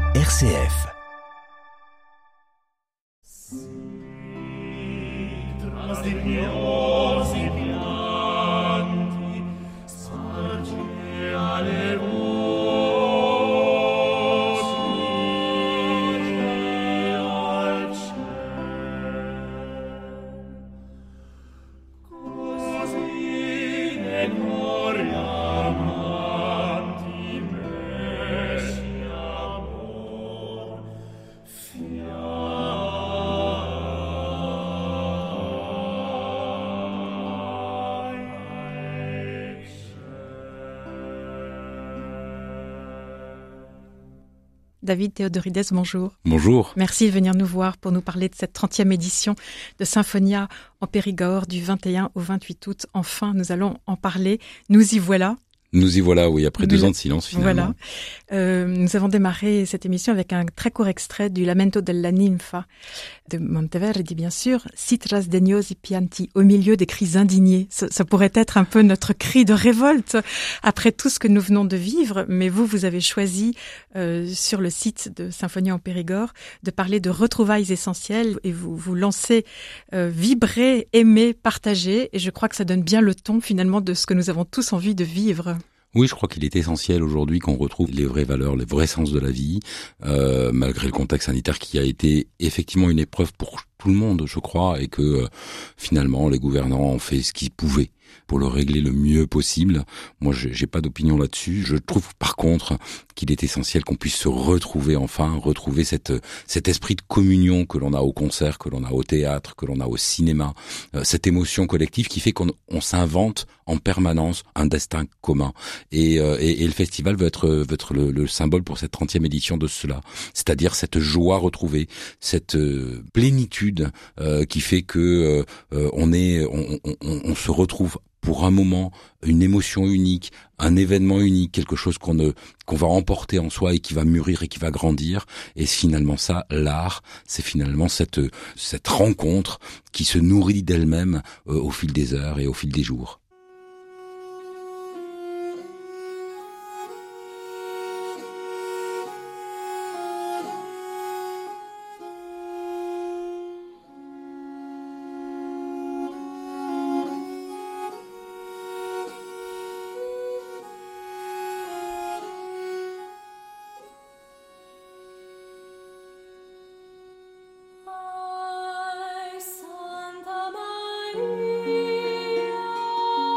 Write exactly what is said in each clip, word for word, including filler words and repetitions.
R C F. David Théodorides, bonjour. Bonjour. Merci de venir nous voir pour nous parler de cette trentième édition de Symphonia en Périgord du vingt et un au vingt-huit août. Enfin, nous allons en parler. Nous y voilà. Nous y voilà, oui, après nous, deux ans de silence finalement. Voilà. Euh, nous avons démarré cette émission avec un très court extrait du Lamento della Ninfa de Monteverdi, bien sûr. Citras degnosi pianti, au milieu des cris indignés. Ça, ça pourrait être un peu notre cri de révolte après tout ce que nous venons de vivre. Mais vous, vous avez choisi euh, sur le site de Symphonie en Périgord de parler de retrouvailles essentielles et vous vous lancez euh, vibrer, aimer, partager. Et je crois que ça donne bien le ton finalement de ce que nous avons tous envie de vivre. Oui, je crois qu'il est essentiel aujourd'hui qu'on retrouve les vraies valeurs, les vrais sens de la vie, euh, malgré le contexte sanitaire qui a été effectivement une épreuve pour tout le monde, je crois, et que euh, finalement les gouvernants ont fait ce qu'ils pouvaient pour le régler le mieux possible. Moi, j'ai, j'ai pas d'opinion là-dessus. Je trouve par contre qu'il est essentiel qu'on puisse se retrouver enfin, retrouver cette cet esprit de communion que l'on a au concert, que l'on a au théâtre, que l'on a au cinéma, euh, cette émotion collective qui fait qu'on on s'invente en permanence un destin commun. Et, euh, et, et le festival veut être, veut être le, le symbole pour cette trentième édition de cela, c'est-à-dire cette joie retrouvée, cette euh, plénitude euh, qui fait que euh, on est, on, on, on, on se retrouve pour un moment, une émotion unique, un événement unique, quelque chose qu'on ne, qu'on va emporter en soi et qui va mûrir et qui va grandir. Et finalement ça, l'art, c'est finalement cette, cette rencontre qui se nourrit d'elle-même euh, au fil des heures et au fil des jours. Maria.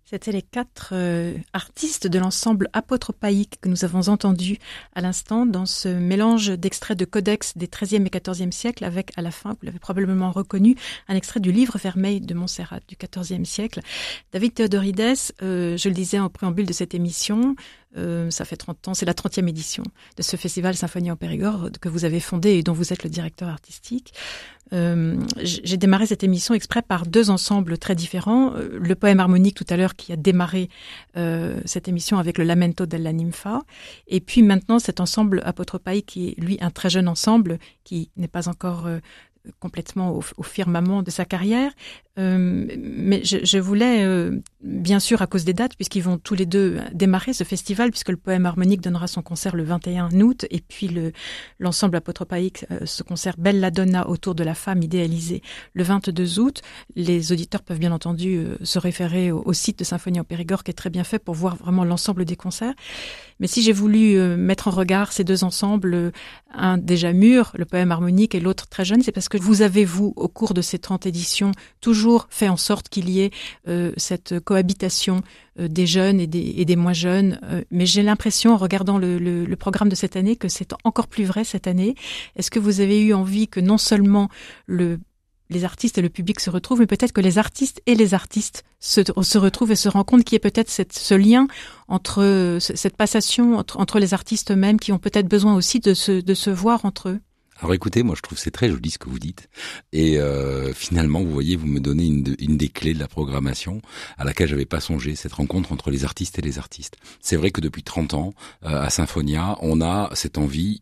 C'était les quatre euh, artistes de l'ensemble apotropaïque que nous avons entendus à l'instant dans ce mélange d'extraits de codex des treizième et quatorzième siècles avec, à la fin, vous l'avez probablement reconnu, un extrait du livre Vermeil de Montserrat du quatorzième siècle. David Théodorides, euh, je le disais en préambule de cette émission, euh, ça fait trente ans, c'est la trentième édition de ce festival Symphonie en Périgord que vous avez fondé et dont vous êtes le directeur artistique. Euh, j'ai démarré cette émission exprès par deux ensembles très différents. Le poème harmonique tout à l'heure qui a démarré euh, cette émission avec le Lamento della Ninfa, et puis maintenant cet ensemble apotropaïque qui est lui un très jeune ensemble qui n'est pas encore euh, complètement au, au firmament de sa carrière. Euh, mais je, je voulais, euh, bien sûr à cause des dates, puisqu'ils vont tous les deux démarrer ce festival, puisque le poème harmonique donnera son concert le vingt et un août, et puis le, l'ensemble apotropaïque, euh, ce concert Bella Donna autour de la femme idéalisée le vingt-deux août. Les auditeurs peuvent bien entendu euh, se référer au, au site de Symphonie en Périgord, qui est très bien fait pour voir vraiment l'ensemble des concerts. Mais si j'ai voulu euh, mettre en regard ces deux ensembles, euh, un déjà mûr, le poème harmonique, et l'autre très jeune, c'est parce que vous avez, vous, au cours de ces trente éditions, toujours fait en sorte qu'il y ait euh, cette cohabitation euh, des jeunes et des, et des moins jeunes. Euh, mais j'ai l'impression, en regardant le, le, le programme de cette année, que c'est encore plus vrai cette année. Est-ce que vous avez eu envie que non seulement le les artistes et le public se retrouvent, mais peut-être que les artistes et les artistes se, se retrouvent et se rencontrent, qu'il y ait peut-être cette, ce lien entre, cette passation entre, entre les artistes eux-mêmes qui ont peut-être besoin aussi de se, de se voir entre eux? Alors écoutez, moi je trouve c'est très joli ce que vous dites, et euh, finalement vous voyez, vous me donnez une, de, une des clés de la programmation à laquelle j'avais pas songé, cette rencontre entre les artistes et les artistes. C'est vrai que depuis trente ans, euh, à Symphonia, on a cette envie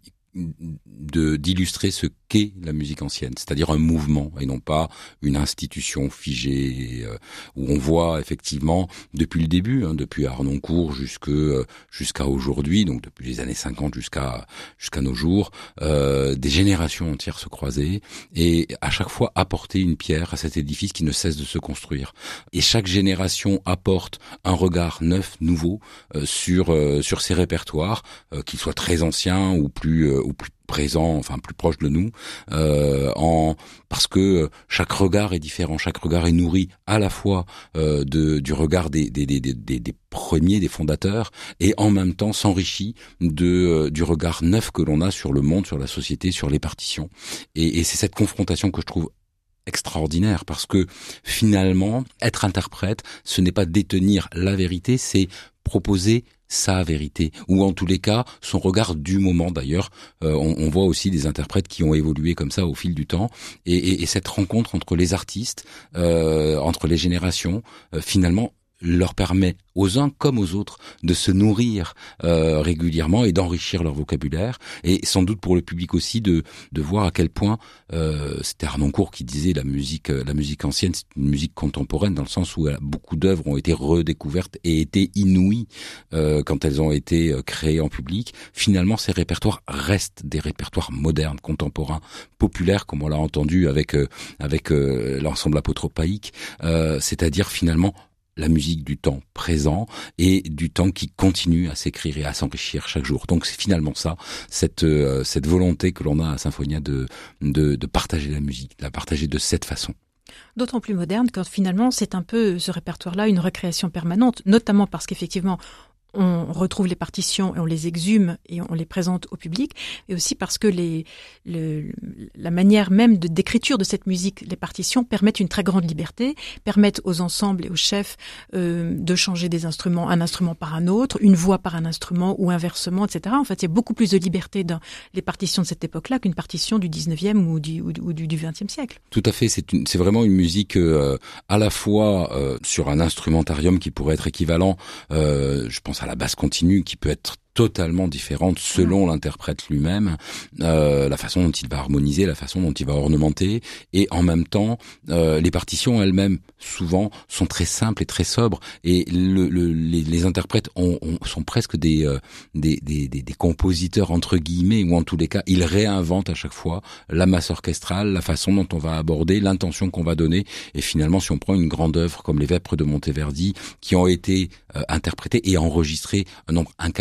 de d'illustrer ce qu'est la musique ancienne, c'est-à-dire un mouvement et non pas une institution figée euh, où on voit effectivement depuis le début, hein, depuis Harnoncourt jusque euh, jusqu'à aujourd'hui, donc depuis les années cinquante jusqu'à jusqu'à nos jours, euh, des générations entières se croiser et à chaque fois apporter une pierre à cet édifice qui ne cesse de se construire. Et chaque génération apporte un regard neuf, nouveau euh, sur euh, sur ces répertoires, euh, qu'ils soient très anciens ou plus euh, ou plus présent, enfin plus proche de nous, euh, en parce que chaque regard est différent, chaque regard est nourri à la fois euh, de du regard des des, des des des premiers, des fondateurs, et en même temps s'enrichit de euh, du regard neuf que l'on a sur le monde, sur la société, sur les partitions. Et, et c'est cette confrontation que je trouve extraordinaire, parce que finalement, être interprète, ce n'est pas détenir la vérité, c'est proposer sa vérité, ou en tous les cas son regard du moment. D'ailleurs, euh, on, on voit aussi des interprètes qui ont évolué comme ça au fil du temps, et, et, et cette rencontre entre les artistes, euh, entre les générations, euh, finalement leur permet aux uns comme aux autres de se nourrir euh, régulièrement et d'enrichir leur vocabulaire, et sans doute pour le public aussi de de voir à quel point euh, c'était Harnoncourt qui disait la musique la musique ancienne c'est une musique contemporaine, dans le sens où beaucoup d'œuvres ont été redécouvertes et été inouïes euh, quand elles ont été créées en public. Finalement, ces répertoires restent des répertoires modernes, contemporains, populaires, comme on l'a entendu avec euh, avec euh, l'ensemble apotropaïque, euh, c'est-à-dire finalement la musique du temps présent et du temps qui continue à s'écrire et à s'enrichir chaque jour. Donc c'est finalement ça, cette euh, cette volonté que l'on a à Symphonia de de de partager la musique, de la partager de cette façon. D'autant plus moderne quand finalement c'est un peu ce répertoire-là une recréation permanente, notamment parce qu'effectivement on retrouve les partitions et on les exhume et on les présente au public, et aussi parce que les, le, la manière même de d'écriture de cette musique, les partitions, permettent une très grande liberté, permettent aux ensembles et aux chefs euh, de changer des instruments, un instrument par un autre, une voix par un instrument ou inversement, et cetera. En fait, il y a beaucoup plus de liberté dans les partitions de cette époque-là qu'une partition du dix-neuvième ou du, ou du, du vingtième siècle. Tout à fait, c'est, une, c'est vraiment une musique euh, à la fois euh, sur un instrumentarium qui pourrait être équivalent, euh, je pense à la basse continue, qui peut être totalement différente selon mmh. l'interprète lui-même, euh, la façon dont il va harmoniser, la façon dont il va ornementer, et en même temps, euh, les partitions elles-mêmes souvent sont très simples et très sobres, et le, le, les, les interprètes ont, ont, sont presque des, euh, des, des, des, des compositeurs entre guillemets, ou en tous les cas, ils réinventent à chaque fois la masse orchestrale, la façon dont on va aborder, l'intention qu'on va donner, et finalement, si on prend une grande œuvre comme les Vêpres de Monteverdi, qui ont été euh, interprétées et enregistrées un nombre incalculable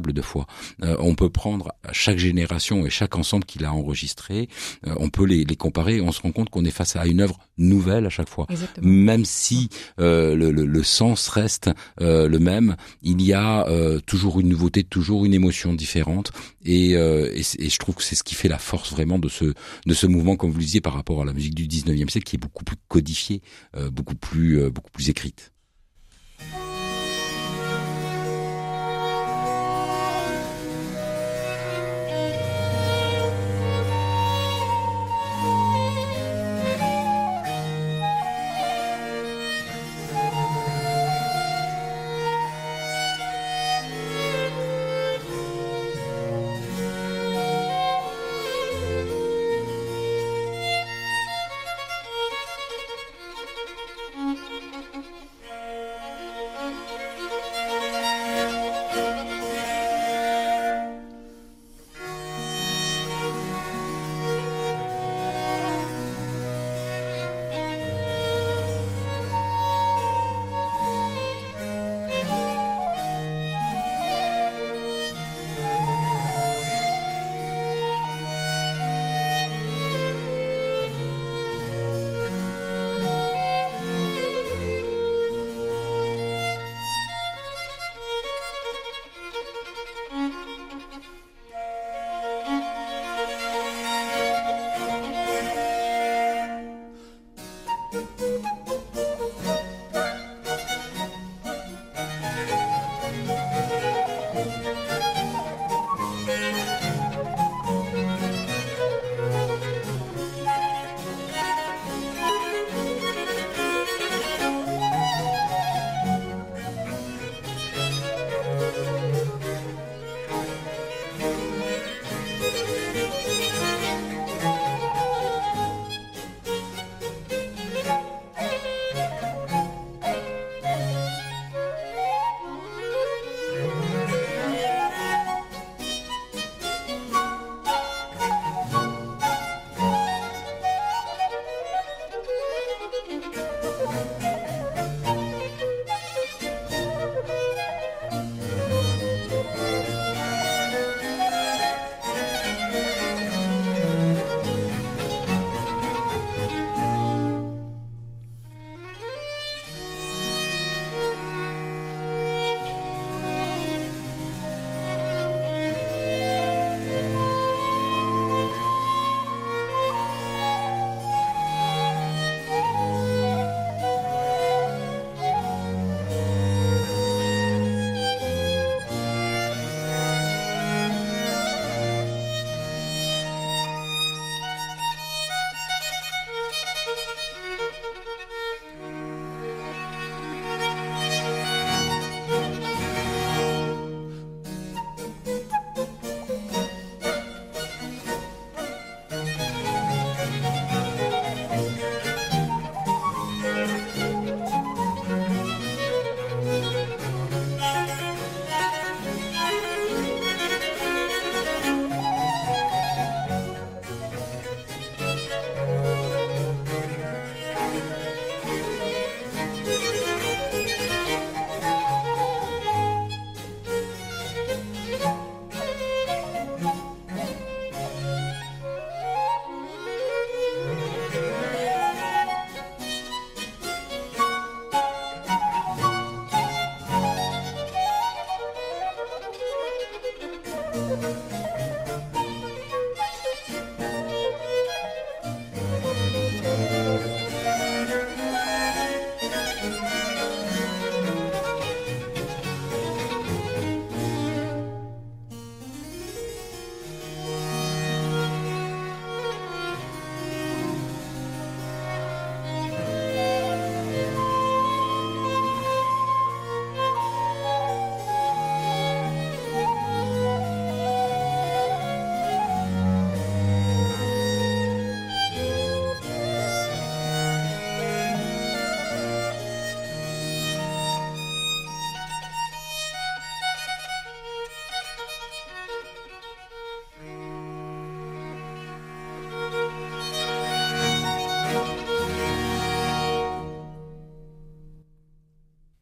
incroyable de fois. Euh, on peut prendre chaque génération et chaque ensemble qu'il a enregistré, euh, on peut les, les comparer et on se rend compte qu'on est face à une œuvre nouvelle à chaque fois. Exactement. Même si euh, le, le, le sens reste euh, le même, il y a euh, toujours une nouveauté, toujours une émotion différente et, euh, et, et je trouve que c'est ce qui fait la force vraiment de ce de ce mouvement, comme vous le disiez, par rapport à la musique du dix-neuvième siècle, qui est beaucoup plus codifiée, euh, beaucoup plus euh, beaucoup plus écrite.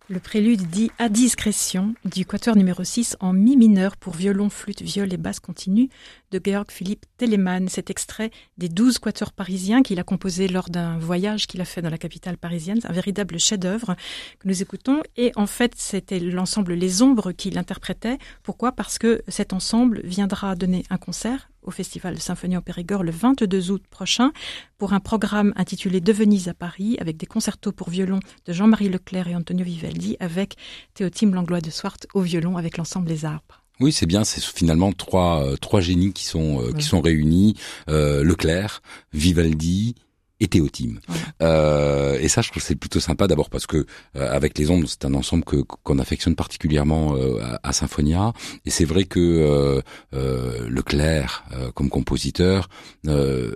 Le prélude dit « À discrétion » du quatuor numéro six en mi mineur pour violon, flûte, viol et basse continue de Georg Philipp Telemann. Cet extrait des douze quatuors parisiens qu'il a composés lors d'un voyage qu'il a fait dans la capitale parisienne. C'est un véritable chef-d'œuvre que nous écoutons. Et en fait, c'était l'ensemble Les Ombres qu'il interprétait. Pourquoi ? Parce que cet ensemble viendra donner un concert au Festival de Symphonie en Périgord le vingt-deux août prochain pour un programme intitulé De Venise à Paris avec des concertos pour violon de Jean-Marie Leclerc et Antonio Vivaldi avec Théotime Langlois de Swart au violon avec l'ensemble Les Arbres. Oui, c'est bien, c'est finalement trois euh, trois génies qui sont euh, ouais. qui sont réunis, euh, Leclerc, Vivaldi et Théotime. Ouais. Euh, et ça, je trouve que c'est plutôt sympa, d'abord parce que euh, avec Les Ombres, c'est un ensemble que qu'on affectionne particulièrement euh, à, à Symphonia. Et c'est vrai que euh, euh, Leclerc, euh, comme compositeur, euh,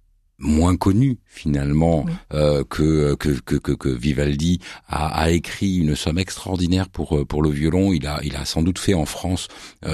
moins connu finalement oui. euh, que, que que que que Vivaldi a, a écrit une somme extraordinaire pour pour le violon. Il a il a sans doute fait en France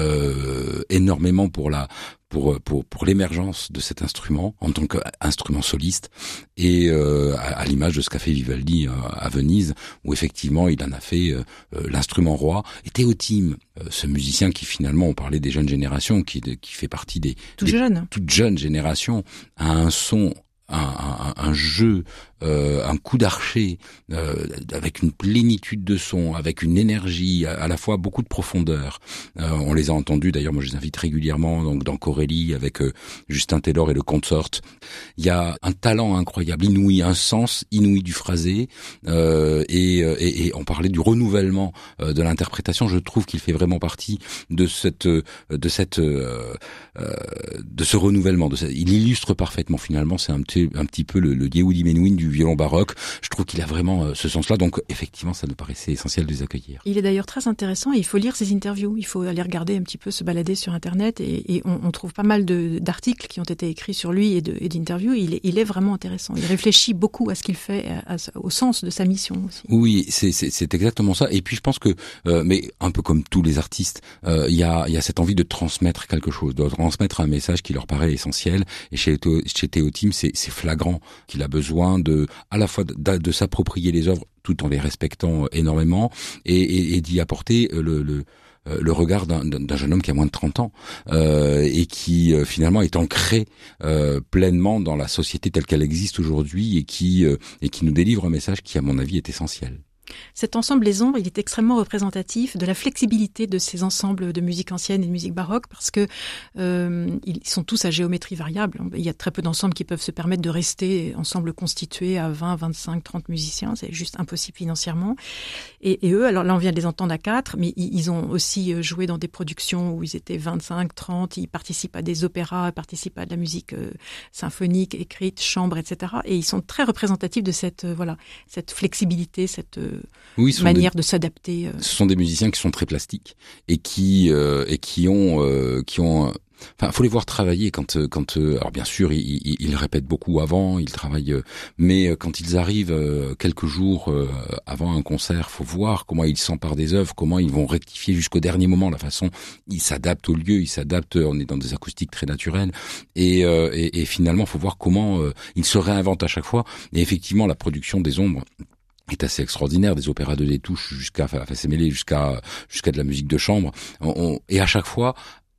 euh, énormément pour la pour pour pour l'émergence de cet instrument en tant qu'instrument soliste et euh, à, à l'image de ce qu'a fait Vivaldi euh, à Venise où effectivement il en a fait euh, l'instrument roi. Et Théotime, euh, ce musicien qui finalement, on parlait des jeunes générations, qui qui fait partie des, Tout des jeune. toutes jeunes générations, a un son, un, un, un jeu, euh, un coup d'archet, euh, avec une plénitude de son, avec une énergie, à, à la fois beaucoup de profondeur. Euh, on les a entendus, d'ailleurs, moi je les invite régulièrement, donc dans Corelli, avec euh, Justin Taylor et le Consort. Il y a un talent incroyable, inouï, un sens inouï du phrasé, euh, et, et, et on parlait du renouvellement euh, de l'interprétation. Je trouve qu'il fait vraiment partie de cette, de cette, euh, euh, de ce renouvellement. De cette, il illustre parfaitement finalement, c'est un petit, un petit peu le, le Yehudi Menuhin du violon baroque. Je trouve qu'il a vraiment euh, ce sens-là, donc effectivement ça nous paraissait essentiel de les accueillir. Il est d'ailleurs très intéressant et il faut lire ses interviews, il faut aller regarder un petit peu, se balader sur internet et, et on, on trouve pas mal de, d'articles qui ont été écrits sur lui et, de, et d'interviews. Il est, il est vraiment intéressant, il réfléchit beaucoup à ce qu'il fait, à, à, au sens de sa mission aussi. Oui, c'est, c'est, c'est exactement ça. Et puis je pense que, euh, mais un peu comme tous les artistes, euh, il y a, il y a cette envie de transmettre quelque chose, de transmettre un message qui leur paraît essentiel. Et chez, chez Théotime, c'est, c'est flagrant qu'il a besoin de, à la fois de, de s'approprier les œuvres tout en les respectant énormément et, et, et d'y apporter le, le le regard d'un, d'un jeune homme qui a moins de trente ans euh, et qui euh, finalement est ancré euh, pleinement dans la société telle qu'elle existe aujourd'hui et qui euh, et qui nous délivre un message qui à mon avis est essentiel. Cet ensemble Les Ombres, il est extrêmement représentatif de la flexibilité de ces ensembles de musique ancienne et de musique baroque parce que euh, ils sont tous à géométrie variable. Il y a très peu d'ensembles qui peuvent se permettre de rester ensemble constitués à vingt, vingt-cinq, trente musiciens. C'est juste impossible financièrement. Et, et eux, alors là, on vient de les entendre à quatre, mais ils, ils ont aussi joué dans des productions où ils étaient vingt-cinq, trente. Ils participent à des opéras, ils participent à de la musique euh, symphonique, écrite, chambre, et cetera. Et ils sont très représentatifs de cette euh, voilà cette flexibilité, cette euh, Oui, manière des, de s'adapter. Euh. Ce sont des musiciens qui sont très plastiques et qui euh, et qui ont euh, qui ont. Enfin, faut les voir travailler quand quand. Alors bien sûr, ils, ils, ils répètent beaucoup avant, ils travaillent, mais quand ils arrivent quelques jours avant un concert, faut voir comment ils s'emparent des œuvres, comment ils vont rectifier jusqu'au dernier moment la façon. Ils s'adaptent au lieu, ils s'adaptent. On est dans des acoustiques très naturelles et et, et finalement, faut voir comment ils se réinventent à chaque fois. Et effectivement, la production des Ombres est assez extraordinaire, des opéras de détouche jusqu'à Facemele, jusqu'à jusqu'à de la musique de chambre. On, on, et à chaque fois,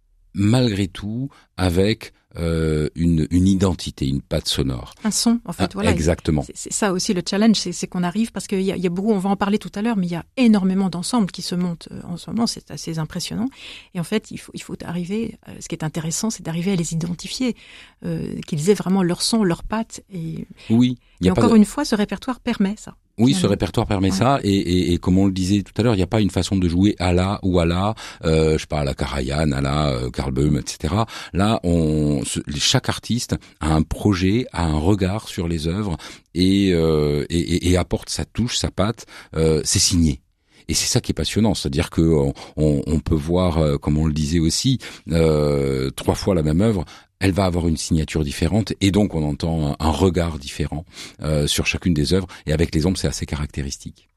malgré tout, avec euh, une, une identité, une patte sonore. Un son, en fait, ah, voilà. Exactement. C'est, c'est ça aussi le challenge, c'est, c'est qu'on arrive, parce qu'il y a, il y a beaucoup, on va en parler tout à l'heure, mais il y a énormément d'ensembles qui se montent en ce moment, c'est assez impressionnant. Et en fait, il faut, il faut arriver, euh, ce qui est intéressant, c'est d'arriver à les identifier, euh, qu'ils aient vraiment leur son, leur patte. Et, oui. Et encore de... une fois, ce répertoire permet ça. Oui, ce répertoire permet ouais. ça, et, et, et comme on le disait tout à l'heure, il n'y a pas une façon de jouer à la ou à la, euh, je sais pas, à la Karajan, à la euh, Karl Böhm, et cetera. Là, on, chaque artiste a un projet, a un regard sur les œuvres et, euh, et, et apporte sa touche, sa patte. Euh, c'est signé. Et c'est ça qui est passionnant, c'est-à-dire que on, on, on peut voir, euh, comme on le disait aussi, euh, trois fois la même œuvre. Elle va avoir une signature différente et donc on entend un, un regard différent euh, sur chacune des œuvres. Et avec Les Ombres, c'est assez caractéristique.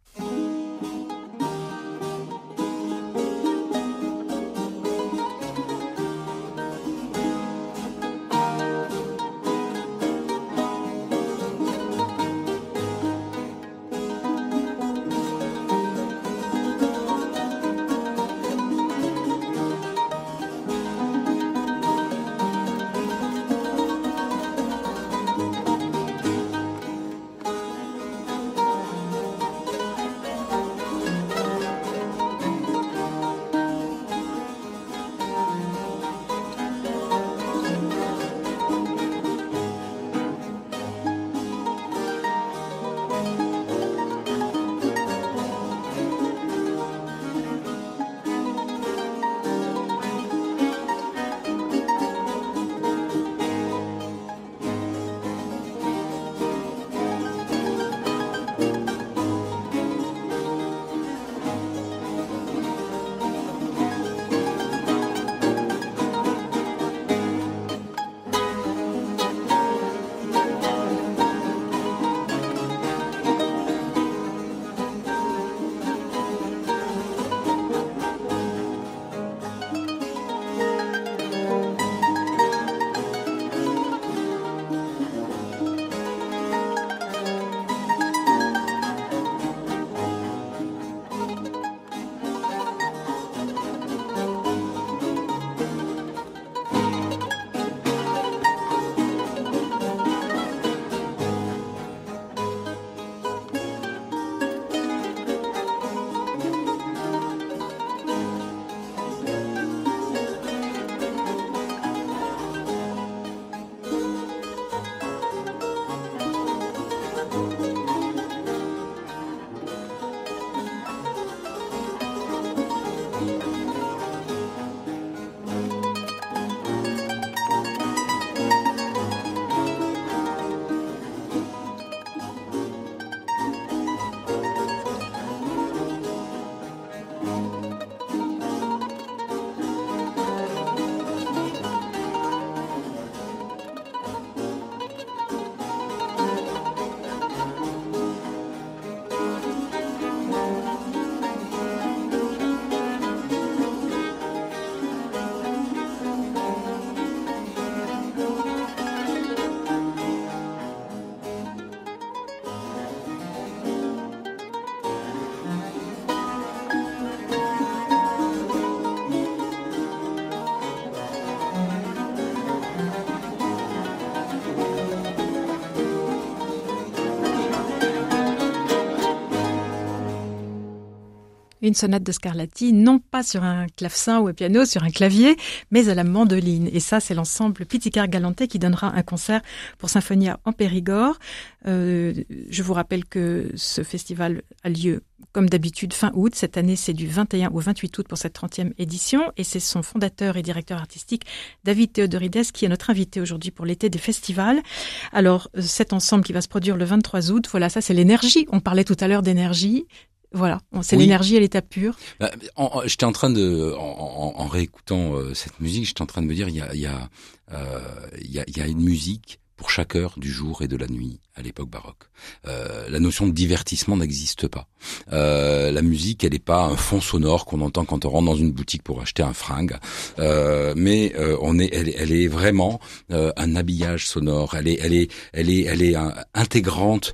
Une sonate de Scarlatti, non pas sur un clavecin ou un piano, sur un clavier, mais à la mandoline. Et ça, c'est l'ensemble Pizzicar Galante qui donnera un concert pour Symphonia en Périgord. Euh, je vous rappelle que ce festival a lieu, comme d'habitude, fin août. Cette année, c'est du vingt et un au vingt-huit août pour cette trentième édition. Et c'est son fondateur et directeur artistique, David Theodorides, qui est notre invité aujourd'hui pour l'été des festivals. Alors, cet ensemble qui va se produire le vingt-trois août, voilà, ça, c'est l'énergie. On parlait tout à l'heure d'énergie. Voilà, c'est oui. L'énergie à l'état pur. Bah, en, en, j'étais en train de, en, en, en réécoutant euh, cette musique, j'étais en train de me dire, il y a, il y a, euh, il y a, il y a une musique pour chaque heure du jour et de la nuit à l'époque baroque. Euh, la notion de divertissement n'existe pas. Euh, la musique, elle n'est pas un fond sonore qu'on entend quand on rentre dans une boutique pour acheter un fringue, euh, mais euh, on est, elle, elle est vraiment euh, un habillage sonore. Elle est, elle est, elle est, elle est un, intégrante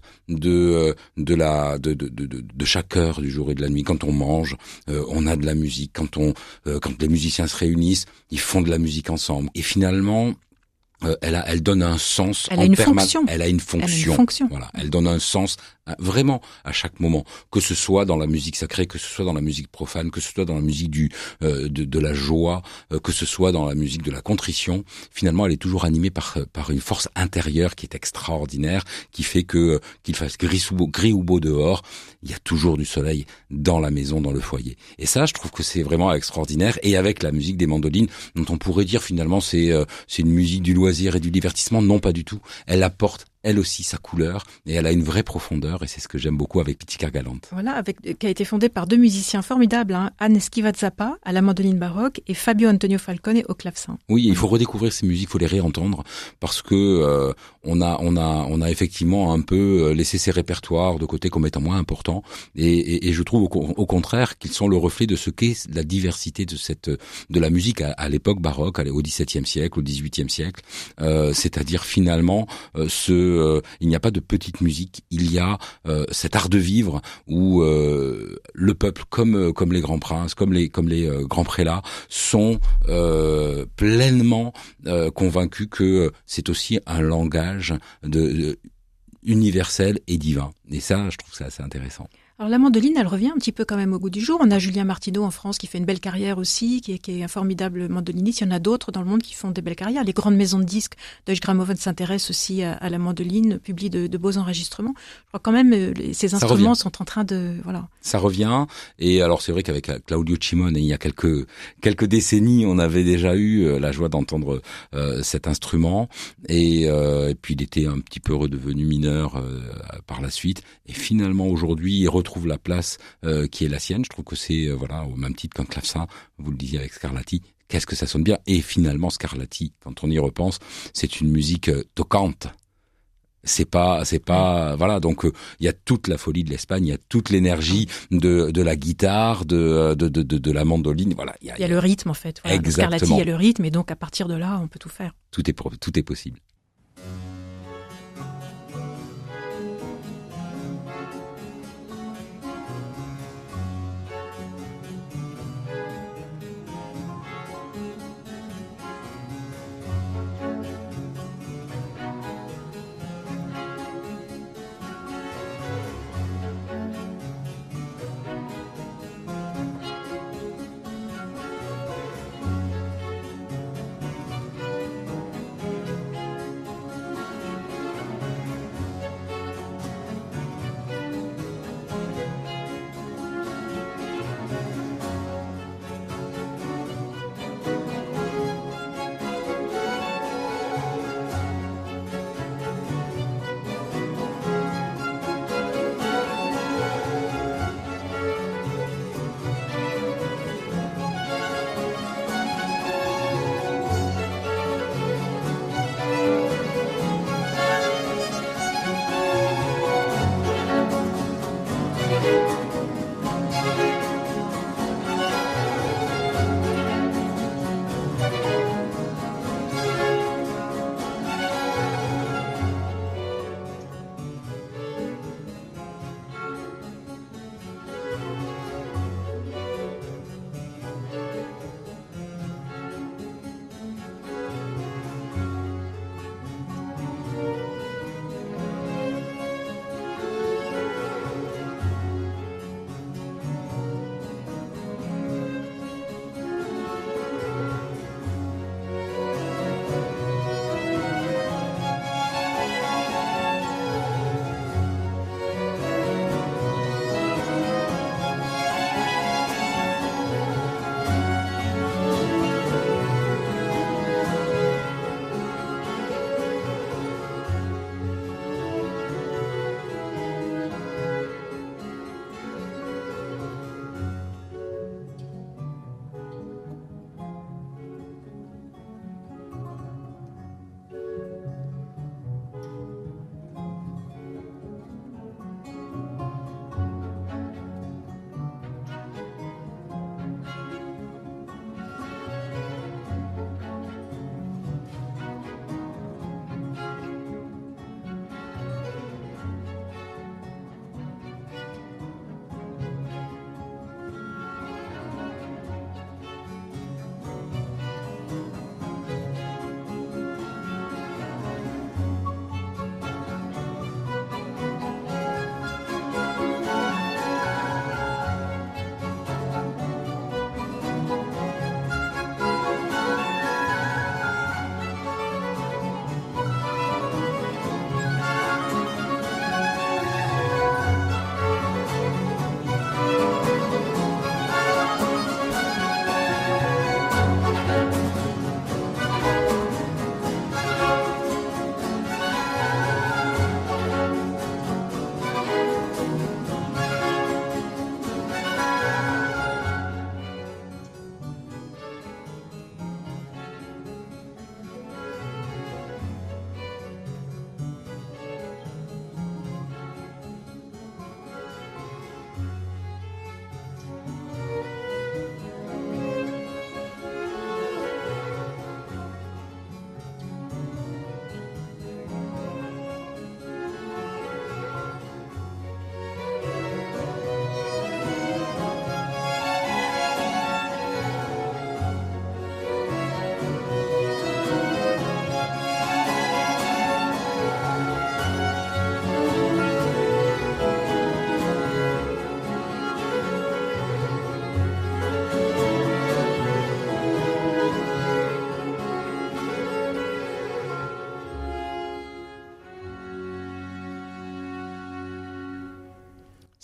de de la de, de de de chaque heure du jour et de la nuit. Quand on mange, euh, on a de la musique. Quand on, euh, quand les musiciens se réunissent, ils font de la musique ensemble. Et finalement, Euh, elle, a, elle donne un sens. Elle en a une perma- fonction. Elle a une fonction. Elle a une fonction. Voilà. Elle donne un sens à, vraiment à chaque moment, que ce soit dans la musique sacrée, que ce soit dans la musique profane, que ce soit dans la musique du euh, de, de la joie, euh, que ce soit dans la musique de la contrition. Finalement, elle est toujours animée par par une force intérieure qui est extraordinaire, qui fait que euh, qu'il fasse gris ou beau, gris ou beau dehors, il y a toujours du soleil dans la maison, dans le foyer. Et ça, je trouve que c'est vraiment extraordinaire. Et avec la musique des mandolines, dont on pourrait dire finalement c'est euh, c'est une musique du loisir et du divertissement, non pas du tout. Elle apporte elle aussi sa couleur et elle a une vraie profondeur et c'est ce que j'aime beaucoup avec Pizzicar Galante. Voilà, avec qui a été fondée par deux musiciens formidables, hein, Anne Schivazzappa à la mandoline baroque et Fabio Antonio Falcone au clavecin. Oui, il faut redécouvrir ces musiques, il faut les réentendre parce que euh, on a on a on a effectivement un peu laissé ces répertoires de côté comme étant moins importants et, et, et je trouve au, au contraire qu'ils sont le reflet de ce qu'est la diversité de cette de la musique à, à l'époque baroque, au dix-septième siècle, au dix-huitième siècle, euh, c'est-à-dire finalement euh, ce Euh, il n'y a pas de petite musique, il y a euh, cet art de vivre où euh, le peuple, comme comme les grands princes, comme les comme les euh, grands prélats, sont euh, pleinement euh, convaincus que c'est aussi un langage de, de universel et divin. Et ça, je trouve ça assez intéressant. Alors la mandoline, elle revient un petit peu quand même au goût du jour. On a Julien Martineau en France qui fait une belle carrière aussi, qui est, qui est un formidable mandoliniste. Il y en a d'autres dans le monde qui font des belles carrières. Les grandes maisons de disques, Deutsche Grammophon s'intéressent aussi à, à la mandoline, publient de, de beaux enregistrements. Je crois quand même les, ces instruments sont en train de voilà. Ça revient. Et alors c'est vrai qu'avec Claudio Cimone, il y a quelques quelques décennies, on avait déjà eu la joie d'entendre euh, cet instrument. Et, euh, et puis il était un petit peu redevenu mineur euh, par la suite. Et finalement aujourd'hui, il retrouve la place euh, qui est la sienne. Je trouve que c'est euh, voilà au même titre qu'un clavecin. Vous le disiez avec Scarlatti. Qu'est-ce que ça sonne bien. Et finalement Scarlatti, quand on y repense, c'est une musique euh, toccante. C'est pas, c'est pas, voilà. Donc il euh, y a toute la folie de l'Espagne, il y a toute l'énergie de de la guitare, de de de de, de la mandoline. Voilà. Il y a, y a le rythme en fait. Voilà. Exactement. Scarlatti, il y a le rythme et donc à partir de là, on peut tout faire. Tout est tout est possible.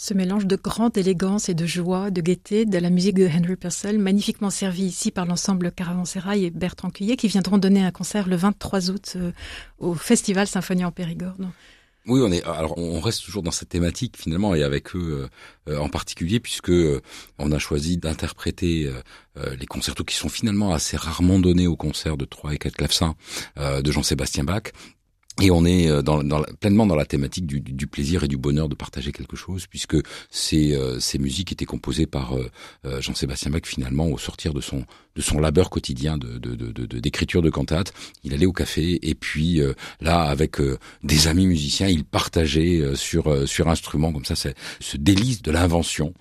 ce mélange de grande élégance et de joie, de gaieté, de la musique de Henry Purcell, magnifiquement servie ici par l'ensemble Caravansérail et Bertrand Cuillet, qui viendront donner un concert le vingt-trois août euh, au Festival Symphonie en Périgord. Donc, oui, on est. Alors, on reste toujours dans cette thématique finalement, et avec eux euh, en particulier, puisque euh, on a choisi d'interpréter euh, les concertos qui sont finalement assez rarement donnés aux concerts de trois et quatre clavecins euh, de Jean-Sébastien Bach. Et on est dans, dans, pleinement dans la thématique du, du plaisir et du bonheur de partager quelque chose, puisque ces, euh, ces musiques étaient composées par euh, Jean-Sébastien Bach finalement au sortir de son de son labeur quotidien de, de, de, de, d'écriture de cantates. Il allait au café et puis euh, là, avec euh, des amis musiciens, il partageait euh, sur euh, sur instrument comme ça, c'est ce délice de l'invention,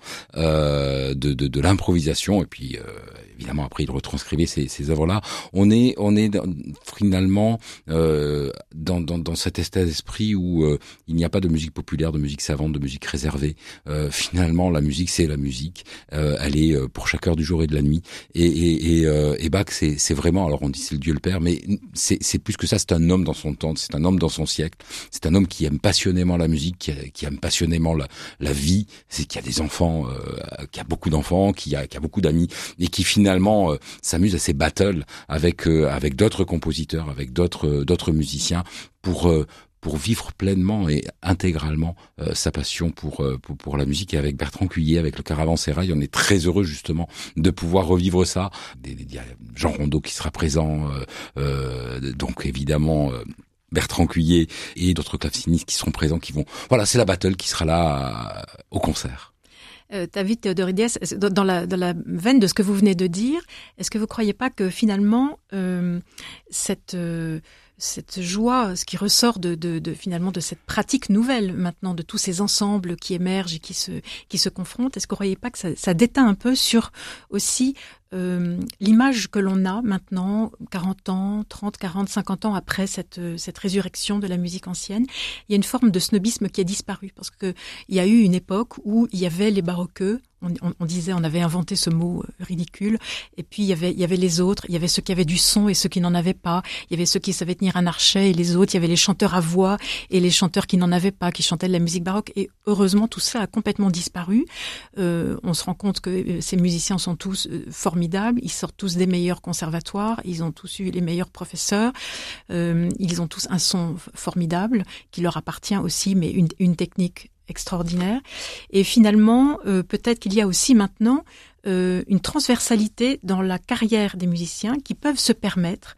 euh, de, de, de l'improvisation, et puis euh, évidemment après il retranscrivait ces, ces œuvres-là. On est on est finalement euh, dans, dans dans cet état d'esprit où euh, il n'y a pas de musique populaire, de musique savante, de musique réservée. Euh, finalement, la musique c'est la musique. Euh, elle est euh, pour chaque heure du jour et de la nuit. Et, et Et, euh, et Bach, c'est, c'est vraiment, alors on dit c'est le Dieu le Père, mais c'est, c'est plus que ça, c'est un homme dans son temps, c'est un homme dans son siècle, c'est un homme qui aime passionnément la musique, qui, a, qui aime passionnément la, la vie, c'est qui a des enfants, euh, qui a beaucoup d'enfants, qui a, qui a beaucoup d'amis, et qui finalement euh, s'amuse à ces battles avec euh, avec d'autres compositeurs, avec d'autres euh, d'autres musiciens pour euh, pour vivre pleinement et intégralement euh, sa passion pour, euh, pour pour la musique. Et avec Bertrand Cuillet, avec le Caravansérail, on est très heureux justement de pouvoir revivre ça. Il y a Jean Rondeau qui sera présent, euh, euh, donc évidemment euh, Bertrand Cuillet et d'autres clavecinistes qui seront présents, qui vont... Voilà, c'est la battle qui sera là euh, au concert. Euh, David Theodorides, dans la, dans la veine de ce que vous venez de dire, est-ce que vous croyez pas que finalement euh, cette... Euh, cette joie, ce qui ressort de, de, de finalement de cette pratique nouvelle maintenant, de tous ces ensembles qui émergent et qui se qui se confrontent, est-ce que vous ne croyez pas que ça, ça déteint un peu sur aussi euh, l'image que l'on a maintenant, quarante ans, trente, quarante, cinquante ans après cette cette résurrection de la musique ancienne? Il y a une forme de snobisme qui a disparu, parce que il y a eu une époque où il y avait les baroqueux. On, on, on disait, on avait inventé ce mot ridicule, et puis il y avait, il y avait les autres, il y avait ceux qui avaient du son et ceux qui n'en avaient pas, il y avait ceux qui savaient tenir un archet et les autres, il y avait les chanteurs à voix et les chanteurs qui n'en avaient pas, qui chantaient de la musique baroque, et heureusement tout ça a complètement disparu. Euh, on se rend compte que ces musiciens sont tous formidables, ils sortent tous des meilleurs conservatoires, ils ont tous eu les meilleurs professeurs, euh, ils ont tous un son formidable qui leur appartient aussi, mais une, une technique extraordinaire. Et finalement, euh, peut-être qu'il y a aussi maintenant euh, une transversalité dans la carrière des musiciens qui peuvent se permettre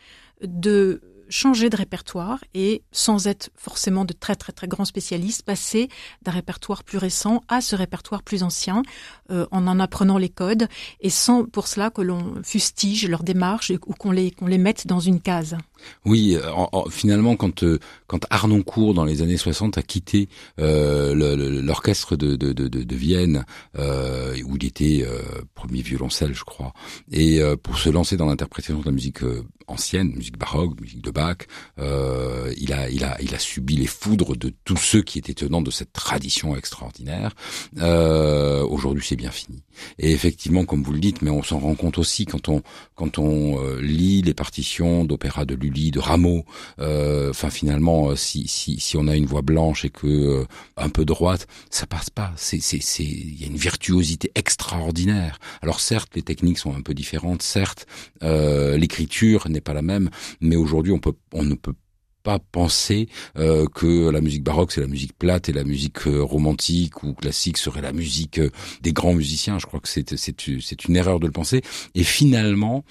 de changer de répertoire et, sans être forcément de très très très grands spécialistes, passer d'un répertoire plus récent à ce répertoire plus ancien, euh, en en apprenant les codes, et sans pour cela que l'on fustige leur démarche ou qu'on les qu'on les mette dans une case. Oui, en, en, finalement, quand euh, quand Harnoncourt dans les années soixante a quitté euh, le, le, l'orchestre de, de, de, de Vienne, euh, où il était euh, premier violoncelle, je crois, et euh, pour se lancer dans l'interprétation de la musique euh, ancienne, musique baroque, musique de Bach, euh, il a il a il a subi les foudres de tous ceux qui étaient tenants de cette tradition extraordinaire. Euh, aujourd'hui, c'est bien fini. Et effectivement, comme vous le dites, mais on s'en rend compte aussi quand on quand on euh, lit les partitions d'opéra de Lully, de Rameau. Euh, enfin, finalement, si si si on a une voix blanche et que euh, un peu droite, ça passe pas. C'est c'est c'est il y a une virtuosité extraordinaire. Alors certes, les techniques sont un peu différentes. Certes, euh, l'écriture n'est pas la même, mais aujourd'hui, on peut on ne peut pas penser euh, que la musique baroque c'est la musique plate et la musique euh, romantique ou classique serait la musique euh, des grands musiciens. Je crois que c'est c'est c'est une erreur de le penser. Et finalement,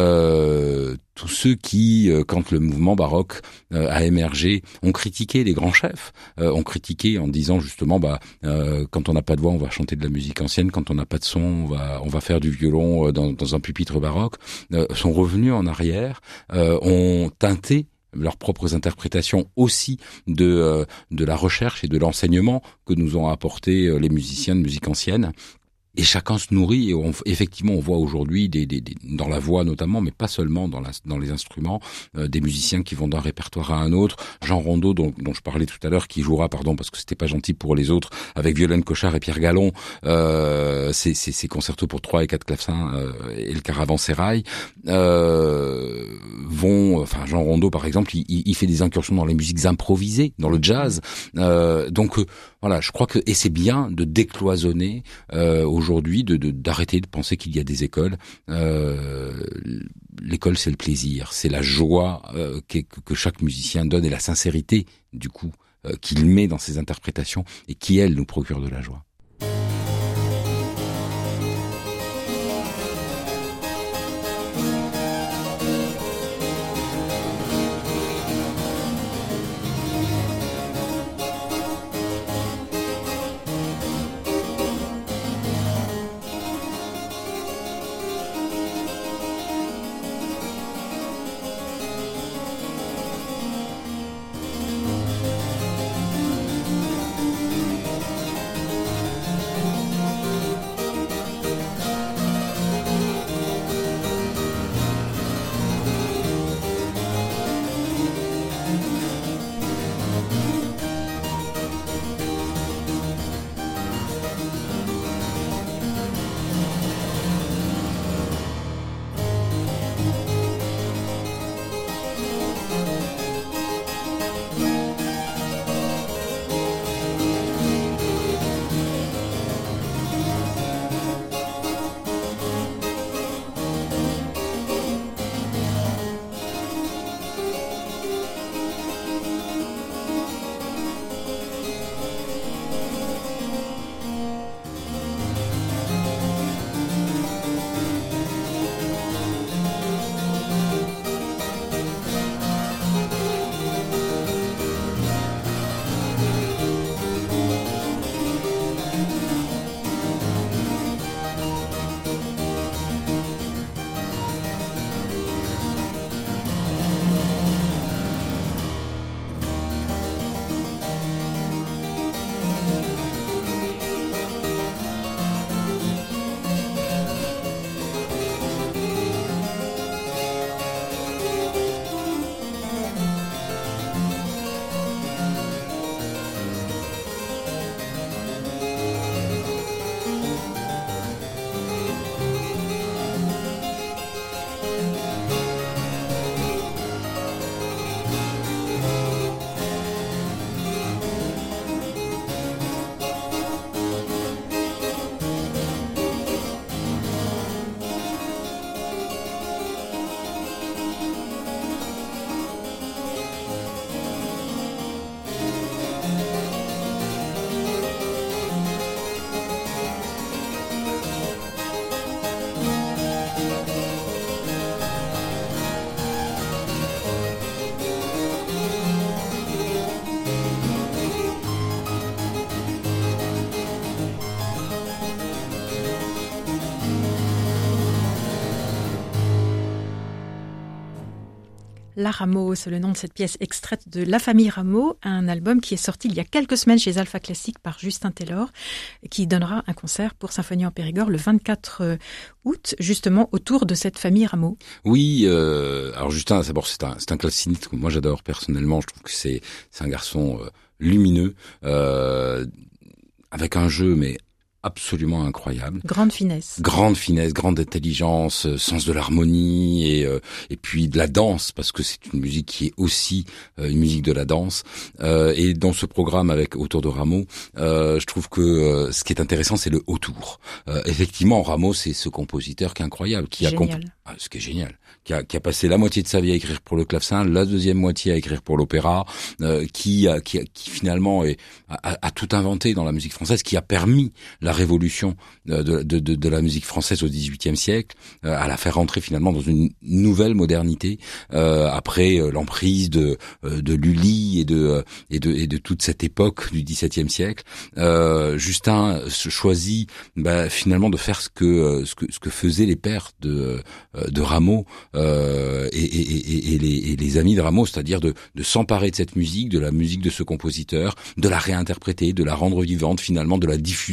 euh, tous ceux qui, euh, quand le mouvement baroque euh, a émergé, ont critiqué les grands chefs, euh, ont critiqué en disant justement, bah, euh, quand on n'a pas de voix, on va chanter de la musique ancienne. Quand on n'a pas de son, on va on va faire du violon euh, dans, dans un pupitre baroque. Euh, sont revenus en arrière, euh, ont teinté leurs propres interprétations aussi de euh, de la recherche et de l'enseignement que nous ont apporté euh, les musiciens de musique ancienne. et chacun se nourrit. Et on, effectivement, on voit aujourd'hui des, des, des, dans la voix notamment, mais pas seulement dans, la, dans les instruments, euh, des musiciens qui vont d'un répertoire à un autre. Jean Rondeau, dont, dont je parlais tout à l'heure, qui jouera, pardon, parce que c'était pas gentil pour les autres, avec Violaine Cochard et Pierre Gallon, euh, ces, ces, ces concertos pour trois et quatre clavecins euh, et le caravansérail, euh, vont, enfin Jean Rondeau par exemple, il, il fait des incursions dans les musiques improvisées, dans le jazz. Euh, donc euh, voilà, je crois que et c'est bien de décloisonner euh, aujourd'hui, de, de d'arrêter de penser qu'il y a des écoles. Euh, l'école, c'est le plaisir, c'est la joie euh, que, que chaque musicien donne et la sincérité du coup euh, qu'il met dans ses interprétations et qui elle nous procure de la joie. La Rameau, c'est le nom de cette pièce extraite de La Famille Rameau, un album qui est sorti il y a quelques semaines chez Alpha Classique par Justin Taylor, qui donnera un concert pour Symphonie en Périgord le vingt-quatre août, justement autour de cette famille Rameau. Oui, euh, alors Justin, d'abord c'est un, c'est un claveciniste que moi j'adore personnellement, je trouve que c'est, c'est un garçon euh, lumineux, euh, avec un jeu mais absolument incroyable. Grande finesse. Grande finesse, grande intelligence, euh, sens de l'harmonie et euh, et puis de la danse, parce que c'est une musique qui est aussi euh, une musique de la danse. Euh, et dans ce programme avec autour de Rameau, euh, je trouve que euh, ce qui est intéressant, c'est le autour. Euh, effectivement, Rameau, c'est ce compositeur qui est incroyable, qui génial. a comp- ah, ce qui est génial, qui a, qui a passé la moitié de sa vie à écrire pour le clavecin, la deuxième moitié à écrire pour l'opéra, euh, qui, a, qui, a, qui finalement est, a, a tout inventé dans la musique française, qui a permis la révolution de, de, de, de la musique française au dix-huitième siècle, euh, à la faire rentrer finalement dans une nouvelle modernité, euh, après euh, l'emprise de, euh, de Lully et de, euh, et, de, et de toute cette époque du dix-septième siècle. Euh, Justin se choisit bah, finalement de faire ce que, euh, ce que, ce que faisaient les pères de, euh, de Rameau euh, et, et, et, et, les, et les amis de Rameau, c'est-à-dire de, de s'emparer de cette musique, de la musique de ce compositeur, de la réinterpréter, de la rendre vivante finalement, de la diffuser.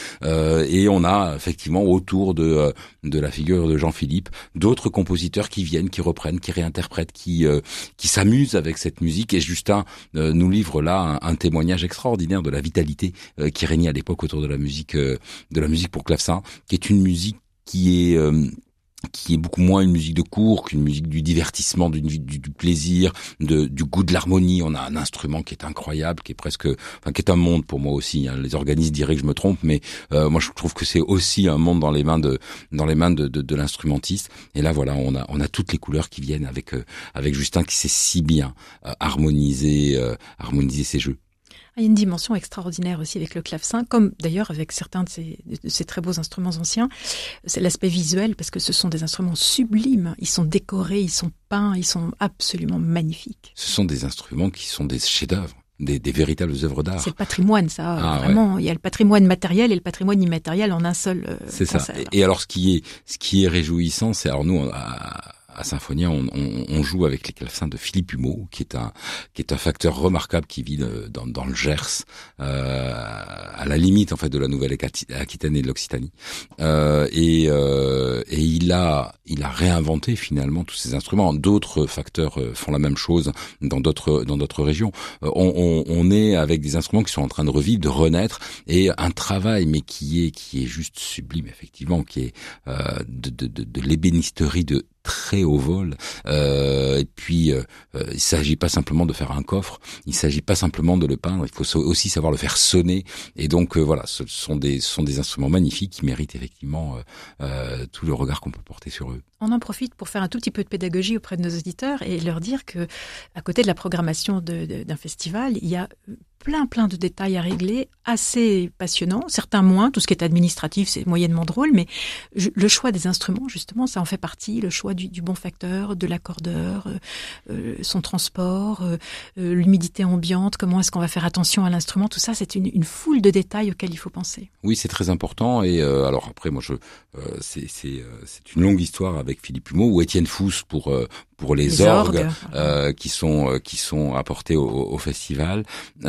Euh, et on a effectivement autour de de la figure de Jean-Philippe d'autres compositeurs qui viennent, qui reprennent, qui réinterprètent, qui euh, qui s'amusent avec cette musique. Et Justin euh, nous livre là un, un témoignage extraordinaire de la vitalité euh, qui régnait à l'époque autour de la musique euh, de la musique pour clavecin, qui est une musique qui est euh, qui est beaucoup moins une musique de cours qu'une musique du divertissement, du, du, du plaisir, de, du goût de l'harmonie. On a un instrument qui est incroyable, qui est presque, enfin, qui est un monde pour moi aussi. Hein. Les organistes diraient que je me trompe, mais euh, moi je trouve que c'est aussi un monde dans les mains de, dans les mains de, de, de l'instrumentiste. Et là, voilà, on a, on a toutes les couleurs qui viennent avec, euh, avec Justin qui sait si bien euh, harmoniser, euh, harmoniser ses jeux. Il y a une dimension extraordinaire aussi avec le clavecin, comme d'ailleurs avec certains de ces, de ces très beaux instruments anciens. C'est l'aspect visuel, parce que ce sont des instruments sublimes. Ils sont décorés, ils sont peints, ils sont absolument magnifiques. Ce sont des instruments qui sont des chefs-d'œuvre. Des, des véritables œuvres d'art. C'est le patrimoine, ça. Ah, vraiment, ouais. Il y a le patrimoine matériel et le patrimoine immatériel en un seul euh, C'est concert. ça. Et, et alors, ce qui est, ce qui est réjouissant, c'est alors nous, à, à Symphonia, on, on, on joue avec les clavecins de Philippe Humeau, qui est un, qui est un facteur remarquable qui vit dans, dans le Gers, euh, à la limite en fait de la Nouvelle-Aquitaine et de l'Occitanie. Euh, et, euh, et il a, il a réinventé finalement tous ces instruments. D'autres facteurs font la même chose dans d'autres, dans d'autres régions. On, on, on est avec des instruments qui sont en train de revivre, de renaître, et un travail, mais qui est, qui est juste sublime effectivement, qui est euh, de, de, de, de l'ébénisterie de très haut vol. Euh, et puis, euh, il s'agit pas simplement de faire un coffre, il s'agit pas simplement de le peindre, il faut aussi savoir le faire sonner. Et donc, euh, voilà, ce sont des, ce sont des instruments magnifiques qui méritent effectivement euh, euh, tout le regard qu'on peut porter sur eux. On en profite pour faire un tout petit peu de pédagogie auprès de nos auditeurs et leur dire que, à côté de la programmation de, de, d'un festival, il y a plein plein de détails à régler, assez passionnants, certains moins. Tout ce qui est administratif, c'est moyennement drôle, mais je, le choix des instruments, justement, ça en fait partie. Le choix du, du bon facteur, de l'accordeur, euh, son transport, euh, l'humidité ambiante, comment est-ce qu'on va faire attention à l'instrument, tout ça, c'est une, une foule de détails auxquels il faut penser. Oui, c'est très important. Et euh, alors après, moi, je, euh, c'est, c'est, euh, c'est une longue histoire avec Philippe Humeau ou Étienne Fous pour euh, pour les, les orgues, orgues. Euh, qui sont euh, qui sont apportés au, au festival.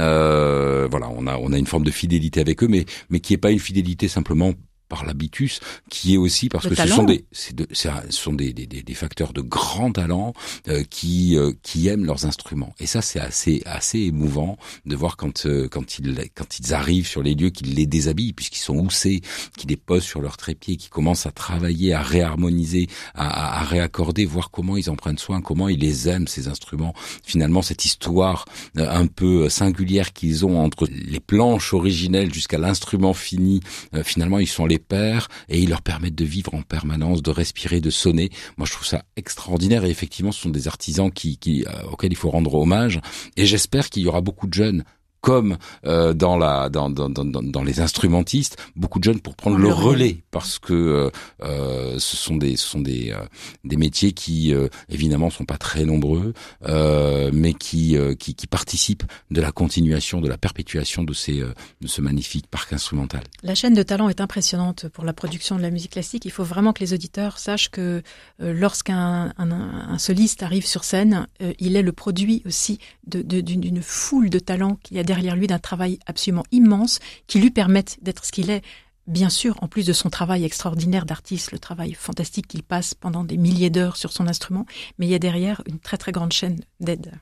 Euh, voilà, on a on a une forme de fidélité avec eux, mais mais qui est pas une fidélité simplement par l'habitus, qui est aussi parce le que talent. ce sont des, c'est de, c'est un, ce sont des, des, des facteurs de grand talent euh, qui euh, qui aiment leurs instruments. Et ça, c'est assez assez émouvant de voir quand euh, quand ils quand ils arrivent sur les lieux, qu'ils les déshabillent puisqu'ils sont houssés, qu'ils les posent sur leur trépied, qu'ils commencent à travailler, à réharmoniser, à, à, à réaccorder, voir comment ils en prennent soin, comment ils les aiment ces instruments. Finalement, cette histoire euh, un peu singulière qu'ils ont entre les planches originelles jusqu'à l'instrument fini, euh, finalement, ils sont les pères et ils leur permettent de vivre en permanence, de respirer, de sonner. Moi, je trouve ça extraordinaire et effectivement, ce sont des artisans qui, qui, euh, auxquels il faut rendre hommage. Et j'espère qu'il y aura beaucoup de jeunes comme euh, dans la dans, dans dans dans les instrumentistes, beaucoup de jeunes pour prendre le relais parce que euh, ce sont des ce sont des euh, des métiers qui euh, évidemment sont pas très nombreux, euh, mais qui, euh, qui qui participent de la continuation, de la perpétuation de ces euh, de ce magnifique parc instrumental. La chaîne de talent est impressionnante pour la production de la musique classique. Il faut vraiment que les auditeurs sachent que euh, lorsqu'un un, un soliste arrive sur scène, euh, il est le produit aussi de, de d'une, d'une foule de talents qu'il y a derrière lui, d'un travail absolument immense qui lui permettent d'être ce qu'il est. Bien sûr, en plus de son travail extraordinaire d'artiste, le travail fantastique qu'il passe pendant des milliers d'heures sur son instrument, mais il y a derrière une très très grande chaîne d'aide.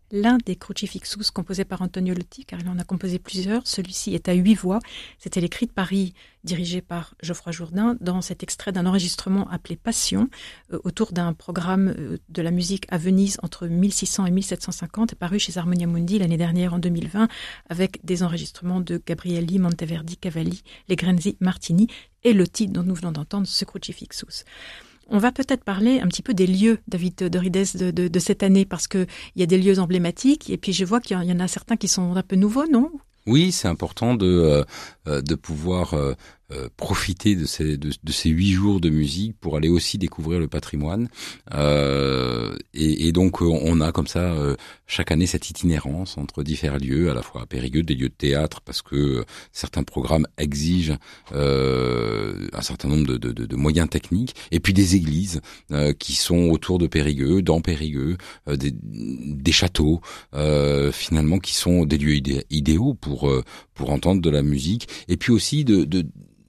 l'un des Crucifixus composés par Antonio Lotti, car il en a composé plusieurs. Celui-ci est à huit voix. C'était les Cris de Paris, dirigé par Geoffroy Jourdain, dans cet extrait d'un enregistrement appelé Passion, euh, autour d'un programme euh, de la musique à Venise entre mille six cents et mille sept cent cinquante, paru chez Harmonia Mundi l'année dernière, en deux mille vingt, avec des enregistrements de Gabrielli, Monteverdi, Cavalli, Legrenzi, Martini et Lotti, dont nous venons d'entendre ce Crucifixus. On va peut-être parler un petit peu des lieux, David Dorides, de, de, de cette année, parce qu'il y a des lieux emblématiques, et puis je vois qu'il y en a certains qui sont un peu nouveaux, non ? Oui, c'est important de euh, de pouvoir euh, euh, profiter de ces de, de ces huit jours de musique pour aller aussi découvrir le patrimoine. Euh, et, et donc on a comme ça euh, chaque année cette itinérance entre différents lieux, à la fois à Périgueux, des lieux de théâtre parce que certains programmes exigent euh, un certain nombre de, de, de, de moyens techniques, et puis des églises euh, qui sont autour de Périgueux, dans Périgueux, euh, des, des châteaux euh, finalement qui sont des lieux idé- idéaux pour pour entendre de la musique, et puis aussi de de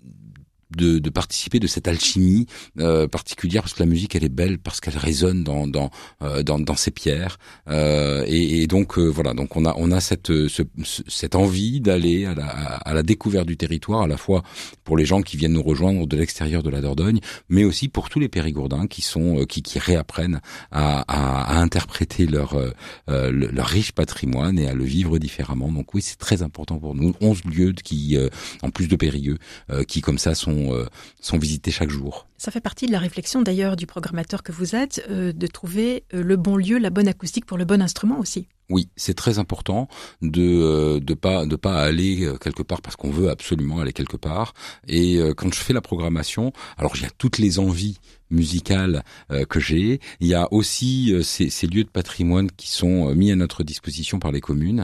De, de participer de cette alchimie euh, particulière, parce que la musique elle est belle parce qu'elle résonne dans dans euh, dans, dans ses pierres euh, et, et donc euh, voilà, donc on a on a cette ce, cette envie d'aller à la à la découverte du territoire, à la fois pour les gens qui viennent nous rejoindre de l'extérieur de la Dordogne, mais aussi pour tous les Périgourdins qui sont qui qui réapprennent à à, à interpréter leur euh, leur riche patrimoine et à le vivre différemment. Donc oui, c'est très important pour nous. onze lieux qui euh, en plus de Périgueux euh, qui comme ça sont Euh, sont visités chaque jour. Ça fait partie de la réflexion d'ailleurs du programmateur que vous êtes, euh, de trouver euh, le bon lieu, la bonne acoustique pour le bon instrument aussi. Oui, c'est très important de euh, de pas de pas aller quelque part parce qu'on veut absolument aller quelque part. Et euh, quand je fais la programmation, alors il y a toutes les envies musicales euh, que j'ai. Il y a aussi euh, ces, ces lieux de patrimoine qui sont mis à notre disposition par les communes,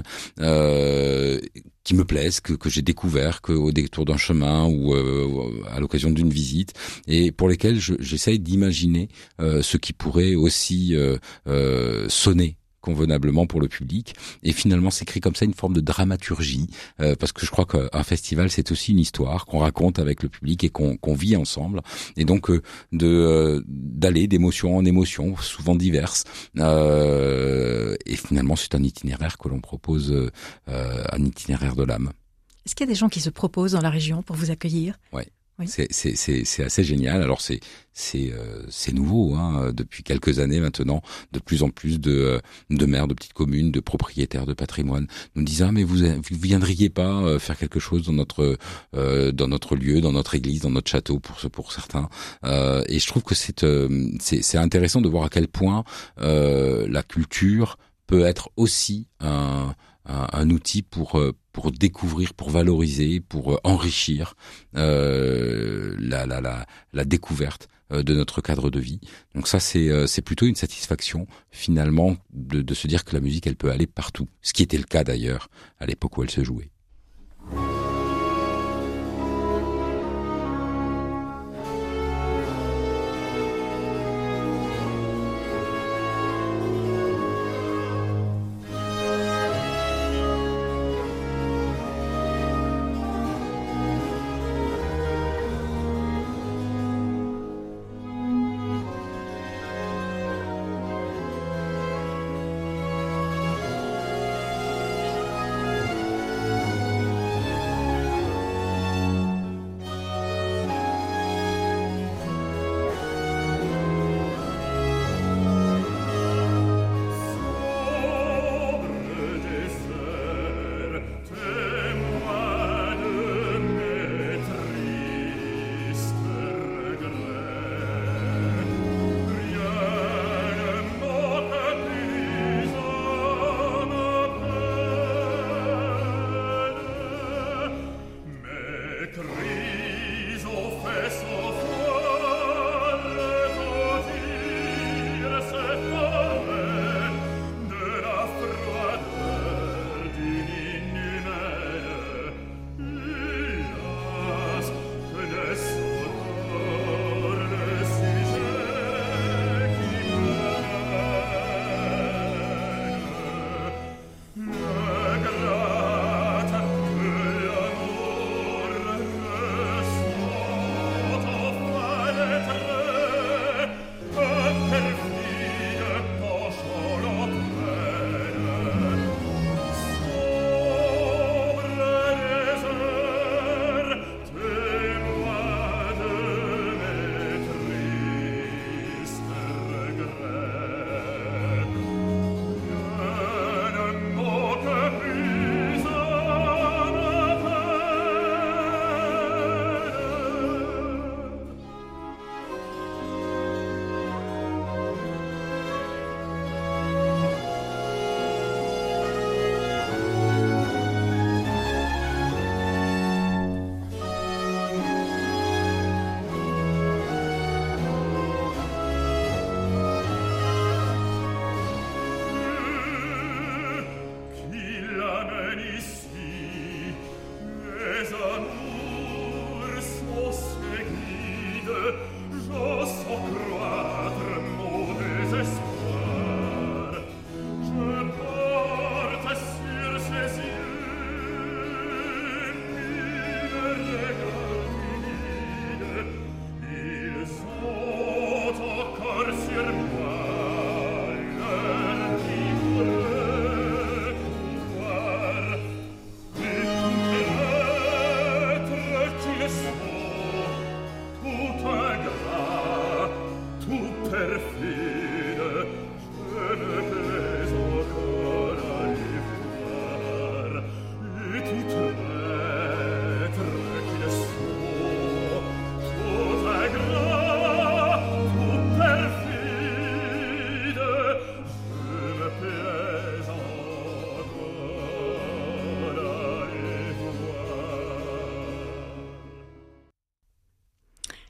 euh, qui me plaisent, que, que j'ai découvert, que au détour d'un chemin ou euh, à l'occasion d'une visite, et pour lesquels je, j'essaye d'imaginer euh, ce qui pourrait aussi euh, euh, sonner convenablement pour le public, et finalement s'écrit comme ça une forme de dramaturgie, euh, parce que je crois qu'un festival c'est aussi une histoire qu'on raconte avec le public et qu'on, qu'on vit ensemble, et donc euh, de euh, d'aller d'émotion en émotion, souvent diverses, euh, et finalement c'est un itinéraire que l'on propose, euh, un itinéraire de l'âme. Est-ce qu'il y a des gens qui se proposent dans la région pour vous accueillir ? Ouais. Oui. C'est, c'est, c'est, c'est assez génial. Alors c'est, c'est, euh, c'est nouveau, hein. Depuis quelques années maintenant, de plus en plus de, de maires de petites communes, de propriétaires de patrimoine nous disent ah mais vous, vous viendriez pas faire quelque chose dans notre, euh, dans notre lieu, dans notre église, dans notre château pour pour certains. Euh, et je trouve que c'est, euh, c'est, c'est intéressant de voir à quel point euh, la culture peut être aussi un Un, un outil pour pour découvrir, pour valoriser, pour enrichir euh, la, la la la découverte de notre cadre de vie. Donc ça c'est c'est plutôt une satisfaction finalement de de se dire que la musique elle peut aller partout, ce qui était le cas d'ailleurs à l'époque où elle se jouait.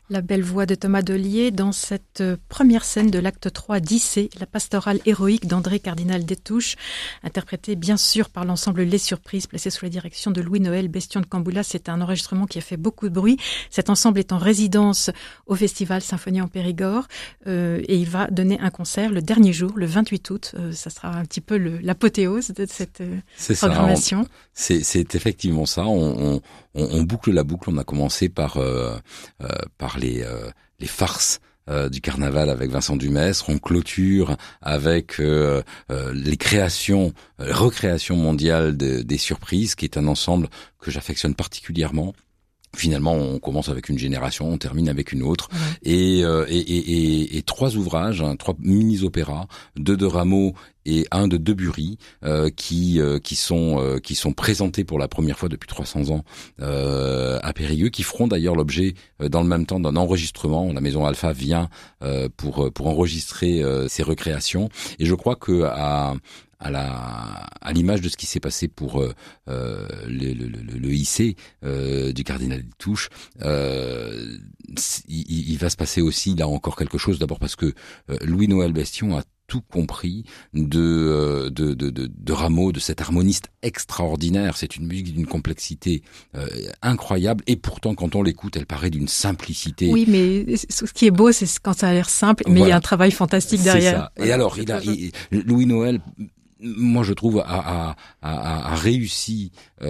La belle voix de Thomas Dollier dans cette première scène de l'acte trois d'Issée, la pastorale héroïque d'André Cardinal Destouches, interprétée bien sûr par l'ensemble Les Surprises, placé sous la direction de Louis-Noël Bestion de Camboula. C'est un enregistrement qui a fait beaucoup de bruit. Cet ensemble est en résidence au Festival Symphonie en Périgord euh, et il va donner un concert le dernier jour, le vingt-huit août. Euh, ça sera un petit peu le, l'apothéose de cette euh, c'est programmation. Ça, on, c'est, c'est effectivement ça. On, on, on boucle la boucle. On a commencé par, euh, euh, par les, euh, les farces Euh, du carnaval avec Vincent Dumestre, on clôture avec euh, euh, les créations, euh, recréations mondiales de, des surprises, qui est un ensemble que j'affectionne particulièrement. Finalement, on commence avec une génération, on termine avec une autre, ouais. et, euh, et, et, et, et trois ouvrages, hein, trois mini-opéras, deux de Rameau et un de Debury, euh, qui euh, qui sont euh, qui sont présentés pour la première fois depuis trois cents ans euh, à Périgueux, qui feront d'ailleurs l'objet euh, dans le même temps d'un enregistrement. La Maison Alpha vient euh, pour pour enregistrer euh, ces recréations, et je crois que à à la à l'image de ce qui s'est passé pour euh, euh, le, le, le, le I C euh, du Cardinal Destouches, euh, il, il va se passer aussi là encore quelque chose. D'abord parce que euh, Louis-Noël Bestion a tout compris de, de, de, de, de Rameau, de cet harmoniste extraordinaire. C'est une musique d'une complexité euh, incroyable, et pourtant, quand on l'écoute, elle paraît d'une simplicité. Oui, mais ce qui est beau, c'est quand ça a l'air simple, mais voilà. Il y a un travail fantastique derrière. C'est ça. Voilà. Et alors, il a, il, Louis-Noël, moi je trouve, a, a, a, a réussi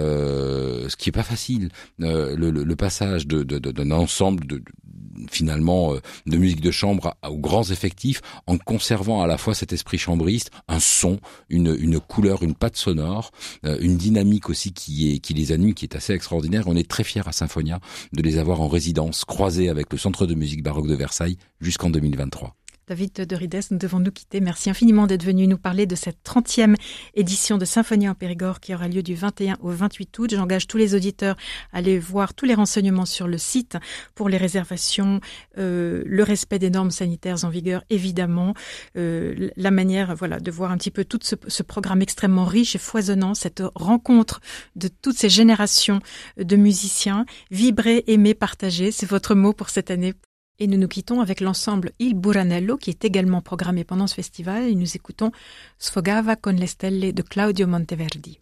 euh, ce qui est pas facile, euh, le, le, le passage de, de, de, d'un ensemble de, de finalement euh, de musique de chambre à, aux grands effectifs, en conservant à la fois cet esprit chambriste, un son, une, une couleur, une patte sonore, euh, une dynamique aussi qui est qui les anime, qui est assez extraordinaire. On est très fiers à Symphonia de les avoir en résidence, croisés avec le Centre de musique baroque de Versailles jusqu'en deux mille vingt-trois. David de Rides, nous devons nous quitter. Merci infiniment d'être venu nous parler de cette trentième édition de Symphonie en Périgord qui aura lieu du vingt et un au vingt-huit août. J'engage tous les auditeurs à aller voir tous les renseignements sur le site pour les réservations, euh, le respect des normes sanitaires en vigueur, évidemment, euh, la manière, voilà, de voir un petit peu tout ce, ce programme extrêmement riche et foisonnant, cette rencontre de toutes ces générations de musiciens. Vibrer, aimer, partager, c'est votre mot pour cette année. Et nous nous quittons avec l'ensemble Il Buranello qui est également programmé pendant ce festival, et nous écoutons Sfogava con le stelle de Claudio Monteverdi.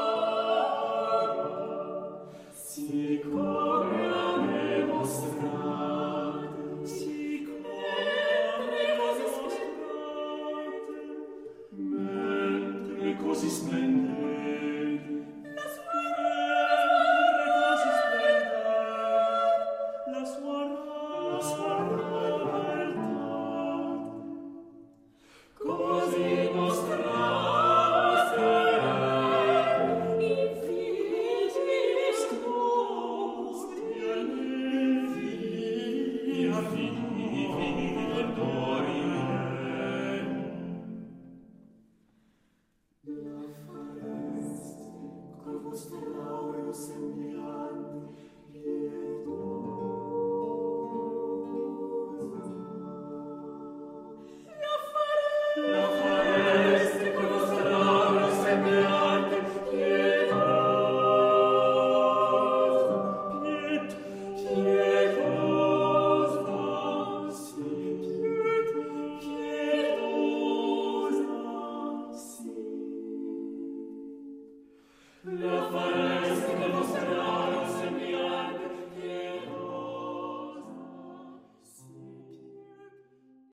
Si come a me mostrar